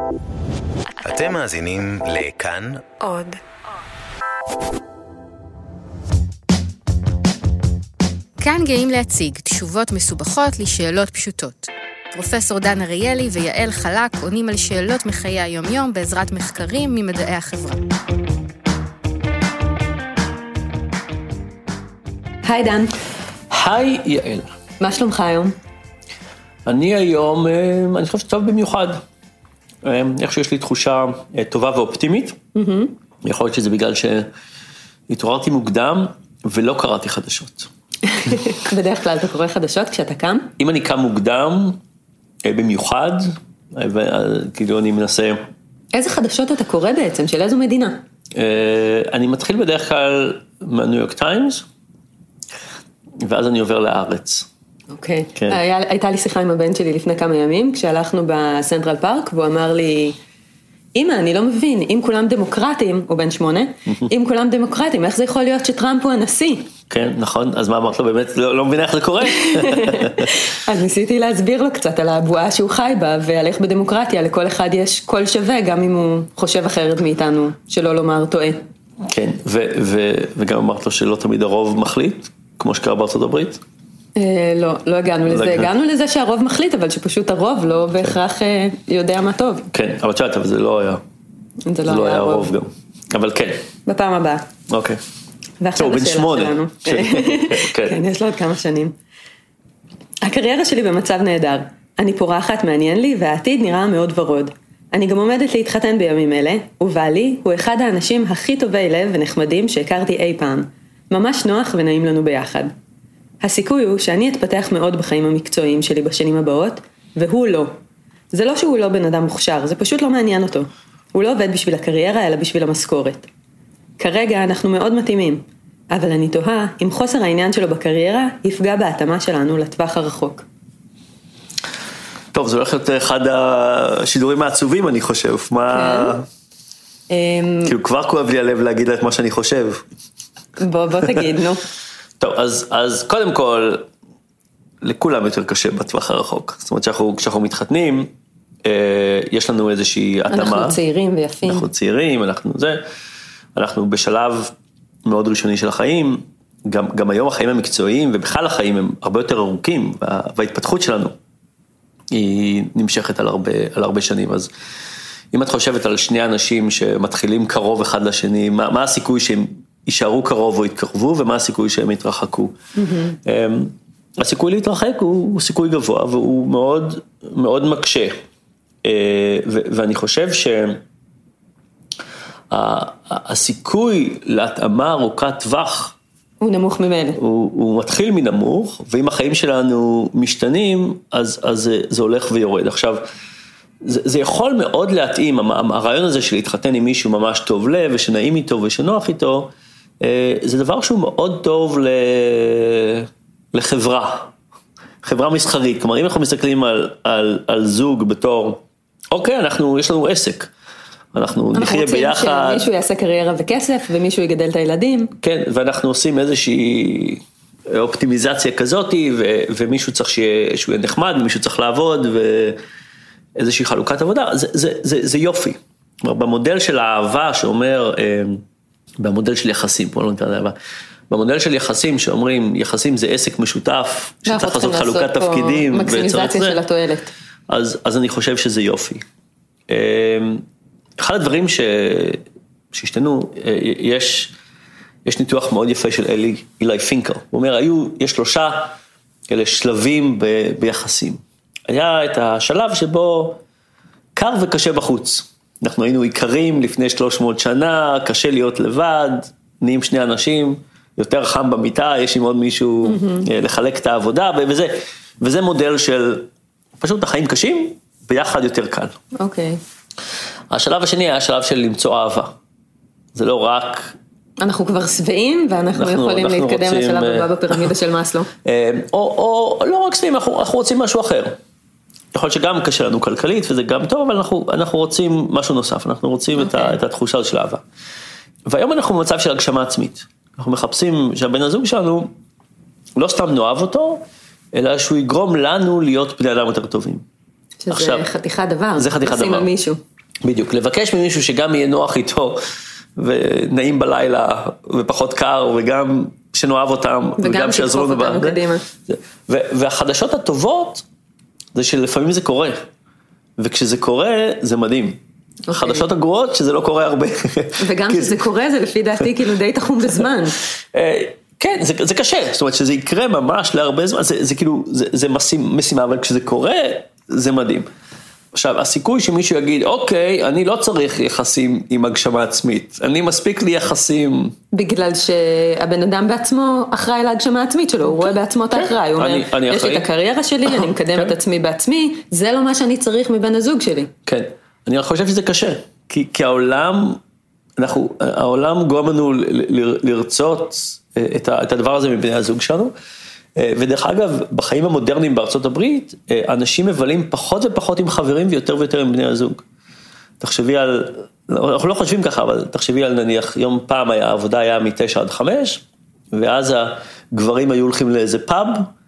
אתם מאזינים לכאן עוד. כאן גאים להציג תשובות מסובכות לשאלות פשוטות. פרופסור דן אריאלי ויעל חלק עונים על שאלות מחיי היום-יום בעזרת מחקרים ממדעי החברה. היי דן. היי יעל. מה שלומך היום? אני היום, אני חושב שטוב במיוחד. איך שיש לי תחושה טובה ואופטימית. יכול להיות שזה בגלל שהתעוררתי מוקדם ולא קראתי חדשות. בדרך כלל אתה קורא חדשות כשאתה קם? אם אני קם מוקדם, במיוחד, כאילו אני מנסה... איזה חדשות אתה קורא בעצם? של איזו מדינה? אני מתחיל בדרך כלל מהניו יורק טיימס, ואז אני עובר לארץ. אוקיי. הייתה לי שיחה עם הבן שלי לפני כמה ימים, כשהלכנו בסנטרל פארק, והוא אמר לי, אמא, אני לא מבין, אם כולם דמוקרטים, הוא בן 8, אם כולם דמוקרטים, איך זה יכול להיות שטראמפ הוא הנשיא? כן, נכון, אז מה אמרת לו? באמת לא מבין איך זה קורה. אז ניסיתי להסביר לו קצת על הבועה שהוא חי בה, ועל איך בדמוקרטיה לכל אחד יש קול שווה, גם אם הוא חושב אחרת מאיתנו, שלא לומר טועה. כן, וגם אמרת לו שלא תמיד הרוב מחליט, כמו שקרה בארצות הברית? לא הגענו לזה, הגענו לזה שהרוב מחליט, אבל שפשוט הרוב לא בהכרח יודע מה טוב. כן, אבל תשעת, אבל זה לא היה. זה לא היה הרוב גם. אבל כן. בפעם הבאה. אוקיי. ועכשיו השאלה שלנו. כן, יש לו עוד כמה שנים. הקריירה שלי במצב נהדר. אני פורחת, מעניין לי, והעתיד נראה מאוד ורוד. אני גם עומדת להתחתן בימים אלה, ובעלי הוא אחד האנשים הכי טובי לב ונחמדים שהכרתי אי פעם. ממש נוח ונעים לנו ביחד. הסיכוי הוא שאני אתפתח מאוד בחיים המקצועיים שלי בשנים הבאות, והוא לא. זה לא שהוא לא בן אדם מוכשר, זה פשוט לא מעניין אותו. הוא לא עובד בשביל הקריירה, אלא בשביל המשכורת. כרגע אנחנו מאוד מתאימים, אבל אני תוהה אם חוסר העניין שלו בקריירה יפגע בהתאמה שלנו לטווח הרחוק. טוב, זה הולך להיות אחד השידורים העצובים, אני חושב. מה... כאילו כבר כואב לי הלב להגיד לה את מה שאני חושב. בוא תגיד, נו. טוב, אז קודם כל, לכולם יותר קשה בטווח הרחוק. זאת אומרת, כשאנחנו מתחתנים, יש לנו איזושהי התאמה. אנחנו צעירים ויפים. אנחנו צעירים, אנחנו בשלב מאוד ראשוני של החיים, גם היום החיים המקצועיים, ובכלל החיים הם הרבה יותר ארוכים, וההתפתחות שלנו היא נמשכת על הרבה שנים. אז אם את חושבת על שני אנשים שמתחילים קרוב אחד לשני, מה הסיכוי שהם יישארו קרוב או יתקרבו, ומה הסיכוי שהם יתרחקו. הסיכוי להתרחק הוא סיכוי גבוה, והוא מאוד, מאוד מקשה. ואני חושב שהסיכוי להתאמה ארוכת טווח, הוא נמוך ממנו. הוא מתחיל מנמוך, ואם החיים שלנו משתנים, אז זה הולך ויורד. עכשיו, זה יכול מאוד להתאים, הרעיון הזה של להתחתן עם מישהו ממש טוב לב, ושנעים איתו ושנוח איתו, זה דבר שהוא מאוד טוב לחברה, חברה מסחרית. כלומר, אם אנחנו מסתכלים על זוג בתור, אוקיי, יש לנו עסק, אנחנו נחיה ביחד. אנחנו רוצים שמישהו יעשה קריירה וכסף, ומישהו יגדל את הילדים. כן, ואנחנו עושים איזושהי אופטימיזציה כזאת, ומישהו צריך שהוא יהיה נחמד, ומישהו צריך לעבוד, ואיזושהי חלוקת עבודה, זה יופי. כלומר, במודל של האהבה שאומר, במודל של יחסים, פה לא נקרא זה אהבה, במודל של יחסים שאומרים, יחסים זה עסק משותף, שצריך לעשות חלוקת תפקידים, מקסימיזציה של התועלת. אז אני חושב שזה יופי. אחד הדברים שהשתנו, יש ניתוח מאוד יפה של אילי פינקל, הוא אומר, יש 3 כאלה שלבים ביחסים. היה את השלב שבו קר וקשה בחוץ. אנחנו היינו עיקרים לפני 300 שנה, קשה להיות לבד, נהיים 2 אנשים, יותר חם במיטה, יש עם עוד מישהו לחלק את העבודה, וזה מודל של, פשוט החיים קשים, ביחד יותר קל. אוקיי. השלב השני היה השלב של למצוא אהבה. זה לא רק... אנחנו כבר שבעים, ואנחנו יכולים להתקדם לשלב הבא בפירמידה של מאסלו. או לא רק שבעים, אנחנו רוצים משהו אחר. יכול להיות שגם קשה לנו כלכלית, וזה גם טוב, אבל אנחנו רוצים משהו נוסף, אנחנו רוצים את התחושה של אהבה. והיום אנחנו במצב של הגשמה עצמית. אנחנו מחפשים שהבן הזוג שלנו לא סתם נאהב אותו, אלא שהוא יגרום לנו להיות בני אדם יותר טובים. שזה חתיכת דבר. זה חתיכת דבר. על מישהו. בדיוק, לבקש ממישהו שגם יהיה נוח איתו, ונעים בלילה, ופחות קר, וגם שנאהב אותם, וגם שידחוף אותנו קדימה. והחדשות הטובות, זה שלפעמים זה קורה, וכשזה קורה, זה מדהים. החדשות הגרועות, שזה לא קורה הרבה. וגם כשזה קורה, זה לפי דעתי כאילו די תחום בזמן. כן, זה קשה, זאת אומרת שזה יקרה ממש להרבה זמן, זה כאילו, זה משימה, אבל כשזה קורה, זה מדהים. עכשיו, הסיכוי שמישהו יגיד, אוקיי, אני לא צריך יחסים עם הגשמה עצמית, אני מספיק לי יחסים... בגלל שהבן אדם בעצמו אחראי להגשמה עצמית שלו, הוא רואה בעצמו את האחראי, הוא אומר, יש לי את הקריירה שלי, אני מקדם את עצמי בעצמי, זה לא מה שאני צריך מבן הזוג שלי. כן, אני חושב שזה קשה, כי העולם גורם לנו לרצות את הדבר הזה מבני הזוג שלנו, ודרך אגב, בחיים המודרניים בארצות הברית, אנשים מבלים פחות ופחות עם חברים ויותר ויותר עם בני הזוג. תחשבי על, אנחנו לא חושבים ככה, אבל תחשבי על נניח, יום פעם העבודה היה מ-9 עד 5, ואז הגברים היו הולכים לאיזה פאב,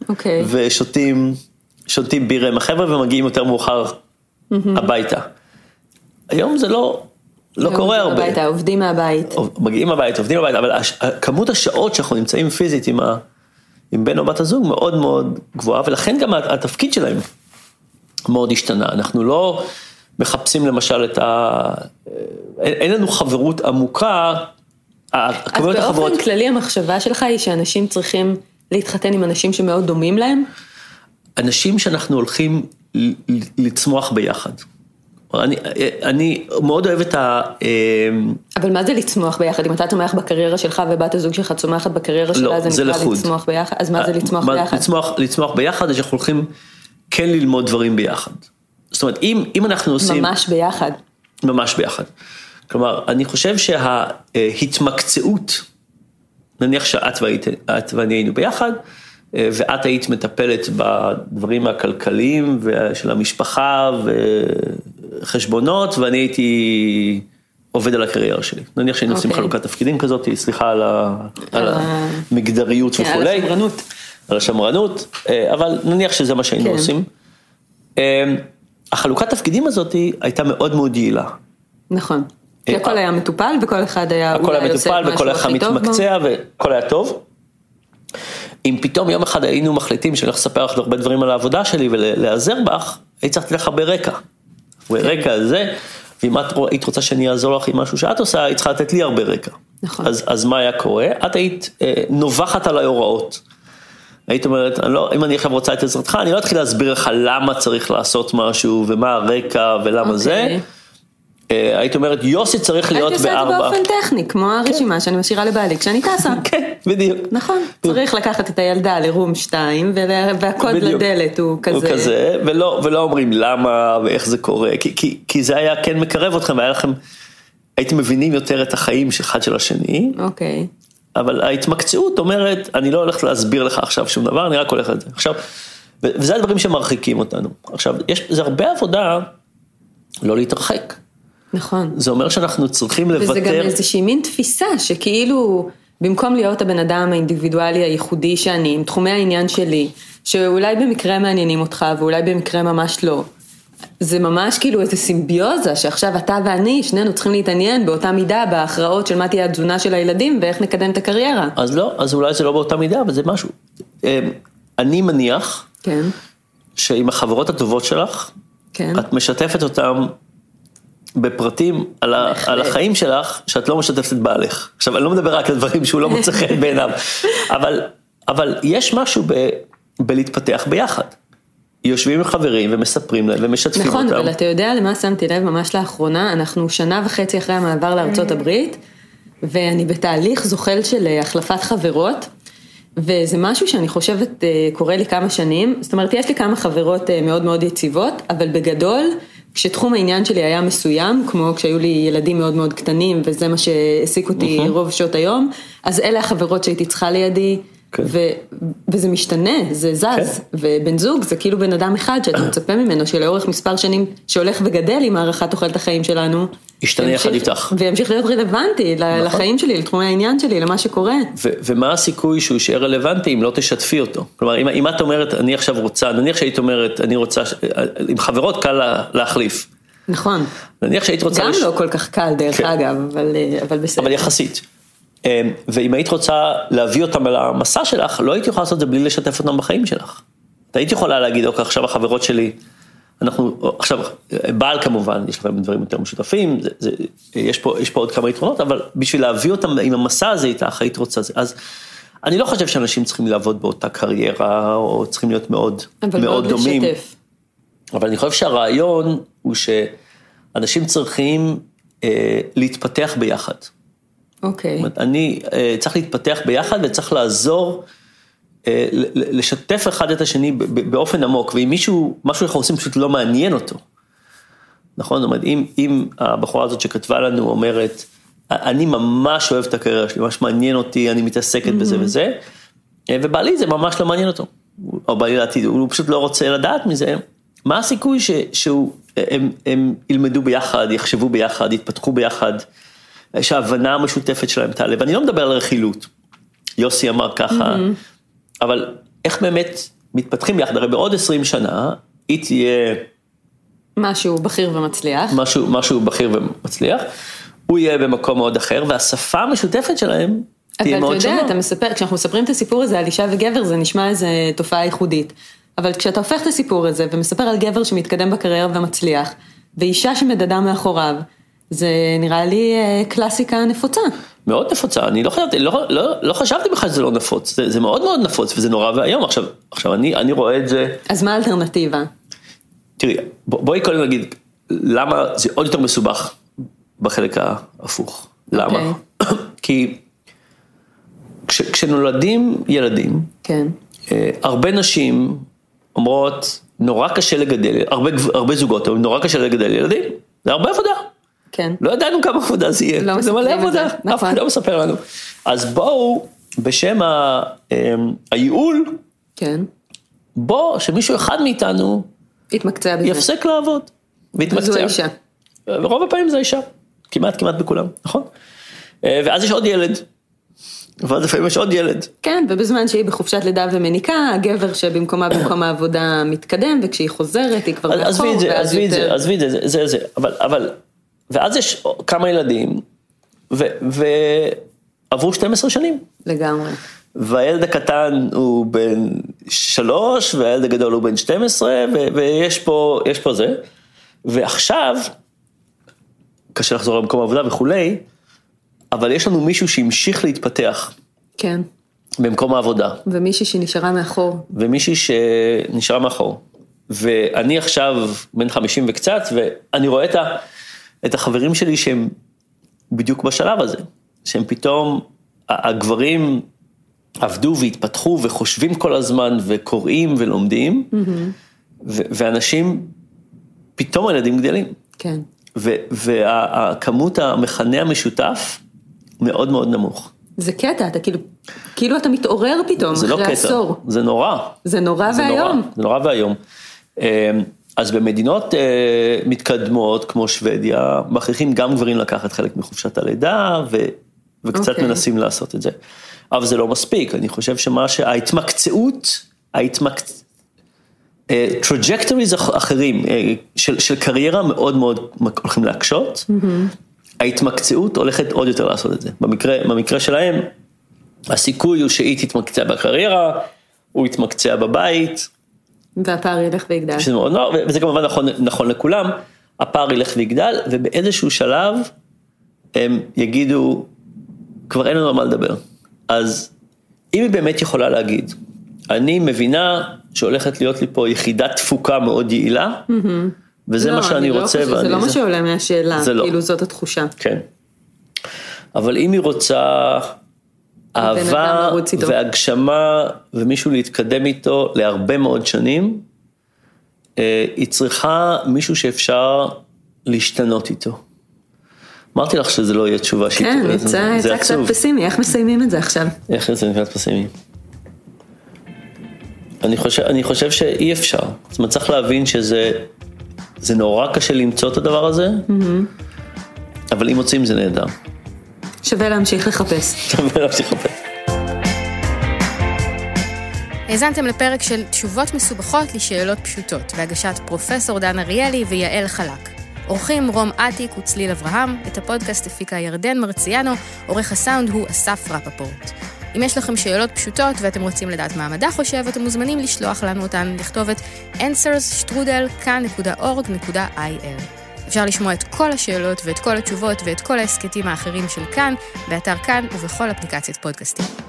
ושותים בירה עם החבר'ה, ומגיעים יותר מאוחר הביתה. היום זה לא קורה הרבה. הביתה, עובדים מהבית. מגיעים מהבית, עובדים מהבית, אבל כמות השעות שאנחנו נמצאים פיזית עם בן או בת הזוג מאוד מאוד גבוהה, ולכן גם התפקיד שלהם מאוד השתנה. אנחנו לא מחפשים למשל אין לנו חברות עמוקה. אז באופן כללי המחשבה שלך היא שאנשים צריכים להתחתן עם אנשים שמאוד דומים להם? אנשים שאנחנו הולכים לצמוח ביחד. אני מאוד אוהב את אבל מה זה לצמוח ביחד? אם אתה צומח בקריירה שלך ובת הזוג שלך צומחת בקריירה שלה, זה נקרא לצמוח ביחד? אז מה זה לצמוח ביחד? לצמוח ביחד זה שאנחנו הולכים כן ללמוד דברים ביחד. זאת אומרת, אם אנחנו עושים... ממש ביחד. ממש ביחד. כלומר, אני חושב שההתמקצעות, נניח שאת ואני היינו ביחד, ואת היית מטפלת בדברים הכלכליים של המשפחה וחשבונות, ואני הייתי עובד על הקריירה שלי. נניח שהיינו עושים חלוקת תפקידים כזאת, סליחה על המגדריות וכו'. על השמרנות. על השמרנות, אבל נניח שזה מה שהיינו עושים. החלוקת תפקידים הזאת הייתה מאוד מאוד יעילה. נכון. כי הכל היה מטופל, וכל אחד היה הכל היה מטופל, וכל אחד מתמקצע, וכל היה טוב. אם פתאום יום אחד היינו מחליטים שאני הולך לספר לך הרבה דברים על העבודה שלי ולעזר בך, היית צריכה לך ברקע. ורקע זה, ואם את היית רוצה שאני אעזור לך עם משהו שאת עושה, היית צריכה לתת לי הרבה רקע. נכון. אז מה היה קורה? את היית נובחת עליי הוראות. היית אומרת, אם אני עכשיו רוצה את עזרתך, אני לא אתחיל להסביר לך למה צריך לעשות משהו, ומה הרקע ולמה זה. היית אומרת, יוסי צריך להיות ב4. הייתי עושה את זה באופן טכני, כמו הרשימה שאני משאירה לבעלי כשאני טסה. כן, בדיוק. נכון, צריך לקחת את הילדה לרום 2, והקוד לדלת הוא כזה. הוא כזה, ולא אומרים למה ואיך זה קורה, כי זה היה כן מקרב אתכם, והיה לכם, הייתם מבינים יותר את החיים אחד של השני. אוקיי. אבל ההתמקצעות אומרת, אני לא הולך להסביר לך עכשיו שום דבר, אני רק הולך את זה. עכשיו, וזה הדברים שמרחיקים אותנו. עכשיו, זה הרבה עבודה לא להתרחק. נכון. זה אומר שאנחנו צריכים לוותר. וזה גם איזושהי מין תפיסה, שכאילו, במקום להיות הבן אדם האינדיבידואלי הייחודי שאני, עם תחומי העניין שלי, שאולי במקרה מעניינים אותך, ואולי במקרה ממש לא. זה ממש כאילו איזו סימביוזה, שעכשיו אתה ואני, שנינו צריכים להתעניין באותה מידה, בהכרעות של מה תהיה התזונה של הילדים, ואיך נקדם את הקריירה. אז לא, אז אולי זה לא באותה מידה, אבל זה משהו. אני מניח, כן. שעם החברות הטובות שלך, כן. את משתפת אותם בפרטים על החיים שלך, שאת לא משתפת את בעלך. עכשיו, אני לא מדבר רק על דברים שהוא לא מוצא חן בעיניו, אבל יש משהו בלהתפתח ביחד. יושבים עם חברים ומספרים להם ומשתפים אותם. נכון, אבל אתה יודע למה שמתי לב ממש לאחרונה, אנחנו 1.5 שנה אחרי המעבר לארצות הברית, ואני בתהליך זוחל של החלפת חברות, וזה משהו שאני חושבת קורה לי כמה שנים, זאת אומרת, יש לי כמה חברות מאוד מאוד יציבות, אבל בגדול, כשתחום העניין שלי היה מסוים, כמו כשהיו לי ילדים מאוד מאוד קטנים, וזה מה שהעסיק אותי רוב שעות היום, אז אלה החברות שהייתי צריכה לידי, וזה משתנה, זה זז, ובן זוג זה כאילו בן אדם אחד שאתה מצפה ממנו, שלאורך מספר שנים שהולך וגדל עם הערכת תוחלת החיים שלנו, ישתנה יחד איתך. וימשיך להיות רלוונטי לחיים שלי, לתחומי העניין שלי, למה שקורה. ומה הסיכוי שהוא יישאר רלוונטי אם לא תשתפי אותו? כלומר, אם את אומרת, אני עכשיו רוצה, נניח שהיית אומרת, אני רוצה, עם חברות קל להחליף. נכון. נניח שהיית רוצה... גם לא כל כך קל דרך אגב, אבל בסדר. אבל יחסית. ואם היית רוצה להביא אותם על המסע שלך, לא הייתי יכולה לעשות את זה בלי לשתף אותם בחיים שלך. היית יכולה להגיד, אוקיי, עכשיו החברות שלי, עכשיו, בעל כמובן, יש להם דברים יותר משותפים, יש פה עוד כמה יתרונות, אבל בשביל להביא אותם עם המסע הזה איתך, היית רוצה זה. אז אני לא חושב שאנשים צריכים לעבוד באותה קריירה, או צריכים להיות מאוד דומים. לשתף. אבל אני חושב שהרעיון הוא שאנשים צריכים להתפתח ביחד. אוקיי. זאת אומרת, אני צריך להתפתח ביחד וצריך לעזור, לשתף אחד את השני באופן עמוק, ואם משהו אנחנו עושים פשוט לא מעניין אותו. נכון? זאת אומרת, אם הבחורה הזאת שכתבה לנו אומרת, אני ממש אוהב את הקריירה שלי, ממש מעניין אותי, אני מתעסקת בזה וזה, ובעלי זה ממש לא מעניין אותו, או בעלי לעתיד, הוא פשוט לא רוצה לדעת מזה, מה הסיכוי שהם ילמדו ביחד, יחשבו ביחד, יתפתחו ביחד, שההבנה המשותפת שלהם תעלה, ואני לא מדבר על רכילות, יוסי אמר ככה, אבל איך באמת מתפתחים ביחד, הרי בעוד 20 שנה, היא תהיה... משהו בכיר ומצליח. משהו בכיר ומצליח, הוא יהיה במקום מאוד אחר, והשפה המשותפת שלהם תהיה מאוד שונה. אבל אתה יודע, כשאנחנו מספרים את הסיפור הזה על אישה וגבר, זה נשמע איזו תופעה ייחודית. אבל כשאתה הופך את הסיפור הזה, ומספר על גבר שמתקדם בקריירה ומצליח, ואישה שמדדה מאחוריו, זה נראה לי קלאסיקה נפוצה. מאוד נפוצה, אני לא חשבתי בכלל שזה לא נפוץ, זה מאוד מאוד נפוץ, וזה נורא והיום. עכשיו אני רואה את זה... אז מה האלטרנטיבה? תראי, בואי קודם נגיד, למה זה עוד יותר מסובך בחלק ההפוך? למה? כי כשנולדים ילדים, כן. הרבה נשים אומרות, נורא קשה לגדל, הרבה זוגות, נורא קשה לגדל ילדים, זה הרבה עבודה. כן. לא ידענו כמה עבודה זה יהיה, זה מלא עבודה, אף אחד לא מספר לנו. אז בואו, בשם הייעול, כן. בואו, שמישהו אחד מאיתנו, יתמקצע בזה. יפסק לעבוד, ויתמקצע. זו האישה. ורוב הפעמים זה האישה, כמעט בכולם, נכון? ואז יש עוד ילד, ואז לפעמים יש עוד ילד. כן, ובזמן שהיא בחופשת לידה ומניקה, הגבר שבמקומה במקום העבודה מתקדם, וכשהיא חוזרת היא כבר מאחור, עזבי את זה, אבל, ואז יש כמה ילדים, ועברו 12 שנים. לגמרי. והילד הקטן הוא בן 3, והילד הגדול הוא בן 12, ויש פה זה, ועכשיו, קשה לחזור למקום העבודה וכולי, אבל יש לנו מישהו שהמשיך להתפתח. כן. במקום העבודה. ומישהי שנשארה מאחור. ואני עכשיו בן 50 וקצת, ואני רואה את החברים שלי שהם בדיוק בשלב הזה, שהם פתאום, הגברים עבדו והתפתחו וחושבים כל הזמן וקוראים ולומדים, ואנשים, פתאום הילדים גדלים. כן. והכמות המכנה המשותף מאוד מאוד נמוך. זה קטע, אתה כאילו אתה מתעורר פתאום אחרי עשור. זה נורא. זה נורא והיום. זה נורא והיום. אז במדינות מתקדמות כמו שוודיה, מכריחים גם גברים לקחת חלק מחופשת הלידה, וקצת מנסים לעשות את זה. אבל זה לא מספיק, אני חושב שההתמקצעות, טראג'קטוריז אחרים, של קריירה מאוד מאוד הולכים להקשות, ההתמקצעות הולכת עוד יותר לעשות את זה. במקרה שלהם, הסיכוי הוא שהיא תתמקצע בקריירה, הוא יתמקצע בבית. והפער ילך ויגדל. וזה כמובן נכון לכולם, הפער ילך ויגדל, ובאיזשהו שלב הם יגידו, כבר אין לנו על מה לדבר. אז אם היא באמת יכולה להגיד, אני מבינה שהולכת להיות לי פה יחידת תפוקה מאוד יעילה, וזה מה שאני רוצה. זה לא מה שעולה מהשאלה, כאילו זאת התחושה. כן. אבל אם היא רוצה אהבה והגשמה, ומישהו להתקדם איתו להרבה מאוד שנים, היא צריכה מישהו שאפשר להשתנות איתו. אמרתי לך שזה לא יהיה תשובה שיתו. כן, יצא קצת פסימי, איך מסיימים את זה עכשיו? איך זה קצת פסימי? אני חושב שאי אפשר. זאת אומרת, צריך להבין שזה נורא קשה למצוא את הדבר הזה, אבל אם מוצאים זה נהדר. שווה להמשיך לחפש. האזנתם לפרק של תשובות מסובכות לשאלות פשוטות, בהגשת פרופסור דן אריאלי ויעל חלק. עורכים רום עתיק וצליל אברהם, את הפודקאסט הפיקה ירדן מרציאנו, עורך הסאונד הוא אסף רפפורט. אם יש לכם שאלות פשוטות ואתם רוצים לדעת מה המדע חושב, אתם מוזמנים לשלוח לנו אותן לכתובת answers@kan.org.il. אפשר לשמוע את כל השאלות ואת כל התשובות ואת כל ההסקטים האחרים של כאן, באתר כאן ובכל אפליקציית פודקאסטים.